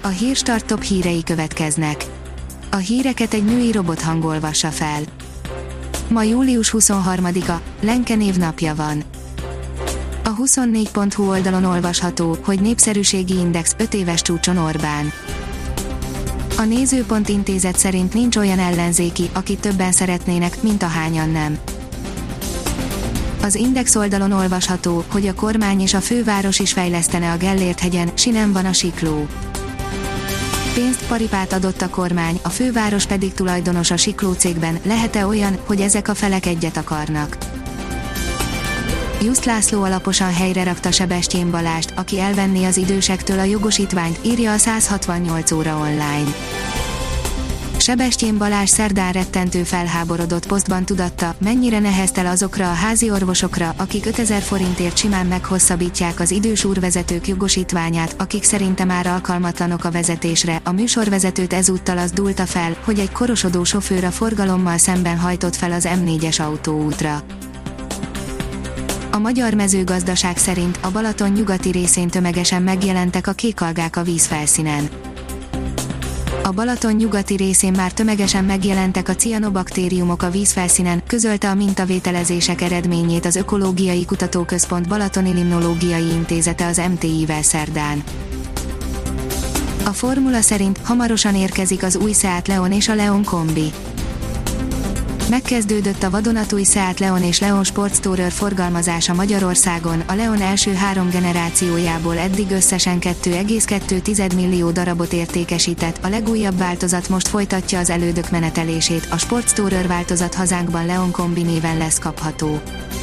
A Hírstart top hírei következnek. A híreket egy női robothang olvassa fel. Ma július 23-a, Lenke névnapja van. A 24.hu oldalon olvasható, hogy népszerűségi index 5 éves csúcson Orbán. A Nézőpont Intézet szerint nincs olyan ellenzéki, akit többen szeretnének, mint ahányan nem. Az Index oldalon olvasható, hogy a kormány és a főváros is fejlesztene a Gellért-hegyen, sinem van a sikló. Pénzt, paripát adott a kormány, a főváros pedig tulajdonos a sikló cégben, lehet-e olyan, hogy ezek a felek egyet akarnak? Just László alaposan helyre rakta Sebestyén Balást, aki elvenné az idősektől a jogosítványt, írja a 168 óra online. Sebestyén Balázs szerdán rettentő felháborodott posztban tudatta, mennyire neheztel azokra a házi orvosokra, akik 5000 forintért simán meghosszabbítják az idős úrvezetők jogosítványát, akik szerinte már alkalmatlanok a vezetésre. A műsorvezetőt ezúttal az dúlta fel, hogy egy korosodó sofőr a forgalommal szemben hajtott fel az M4-es autóútra. A Magyar Mezőgazdaság szerint a Balaton nyugati részén tömegesen megjelentek a kékalgák a vízfelszínen. A Balaton nyugati részén már tömegesen megjelentek a cianobaktériumok a vízfelszínen, közölte a mintavételezések eredményét az Ökológiai Kutatóközpont Balatoni Limnológiai Intézete az MTI-vel szerdán. A formula szerint hamarosan érkezik az új Seat Leon és a Leon kombi. Megkezdődött a vadonatúj Seat Leon és Leon Sports Tourer forgalmazása Magyarországon, a Leon első 3 generációjából eddig összesen 2,2 millió darabot értékesített, a legújabb változat most folytatja az elődök menetelését, a Sports Tourer változat hazánkban Leon kombi néven lesz kapható.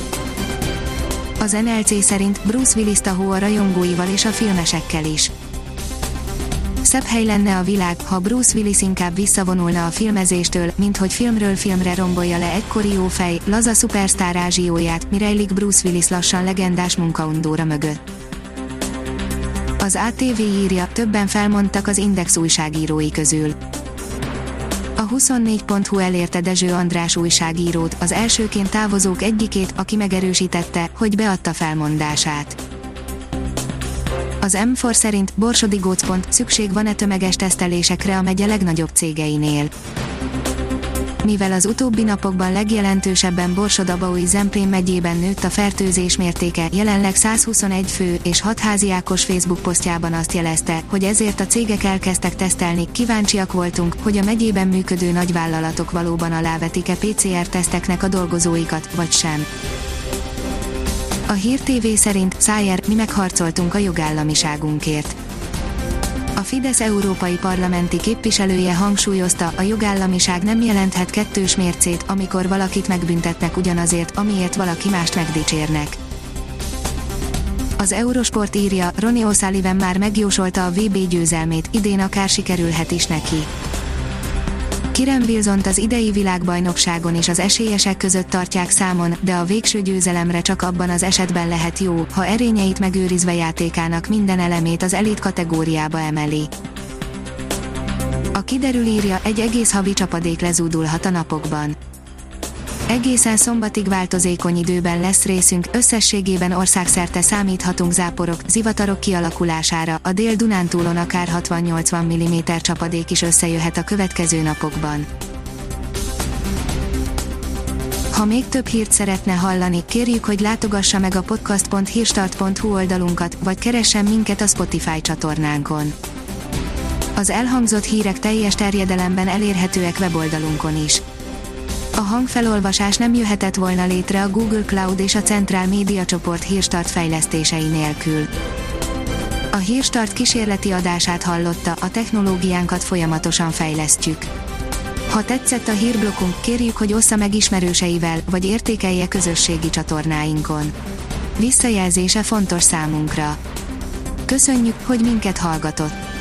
Az NLC szerint Bruce Willis tahó a rajongóival és a filmesekkel is. Szebb hely lenne a világ, ha Bruce Willis inkább visszavonulna a filmezéstől, mint hogy filmről filmre rombolja le egykori jófej, laza szupersztár ázsióját, mi rejlik Bruce Willis lassan legendás munkaundóra mögött. Az ATV írja, többen felmondtak az Index újságírói közül. A 24.hu elérte Dezső András újságírót, az elsőként távozók egyikét, aki megerősítette, hogy beadta felmondását. Az M4 szerint Borsodi gócpont, szükség van-e tömeges tesztelésekre a megye legnagyobb cégeinél. Mivel az utóbbi napokban legjelentősebben Borsod-Abaúj-Zemplén megyében nőtt a fertőzés mértéke, jelenleg 121 fő, és 6 házi Ákos Facebook posztjában azt jelezte, hogy ezért a cégek elkezdtek tesztelni, kíváncsiak voltunk, hogy a megyében működő nagyvállalatok valóban alávetik-e PCR-teszteknek a dolgozóikat, vagy sem. A Hír TV szerint Szájer, mi megharcoltunk a jogállamiságunkért. A Fidesz európai parlamenti képviselője hangsúlyozta, a jogállamiság nem jelenthet kettős mércét, amikor valakit megbüntetnek ugyanazért, amiért valaki mást megdicsérnek. Az Eurosport írja, Ronnie O'Sullivan már megjósolta a VB győzelmét, idén akár sikerülhet is neki. Kieran Wilsont az idei világbajnokságon is az esélyesek között tartják számon, de a végső győzelemre csak abban az esetben lehet jó, ha erényeit megőrizve játékának minden elemét az elit kategóriába emeli. A Kiderül írja, egy egész havi csapadék lezúdulhat a napokban. Egészen szombatig változékony időben lesz részünk, összességében országszerte számíthatunk záporok, zivatarok kialakulására, a Dél-Dunántúlon akár 60-80 mm csapadék is összejöhet a következő napokban. Ha még több hírt szeretne hallani, kérjük, hogy látogassa meg a podcast.hírstart.hu oldalunkat, vagy keressen minket a Spotify csatornánkon. Az elhangzott hírek teljes terjedelemben elérhetőek weboldalunkon is. A hangfelolvasás nem jöhetett volna létre a Google Cloud és a Centrál Média csoport Hírstart fejlesztései nélkül. A Hírstart kísérleti adását hallotta, a technológiánkat folyamatosan fejlesztjük. Ha tetszett a hírblokkunk, kérjük, hogy ossza meg ismerőseivel, vagy értékelje közösségi csatornáinkon. Visszajelzése fontos számunkra. Köszönjük, hogy minket hallgatott!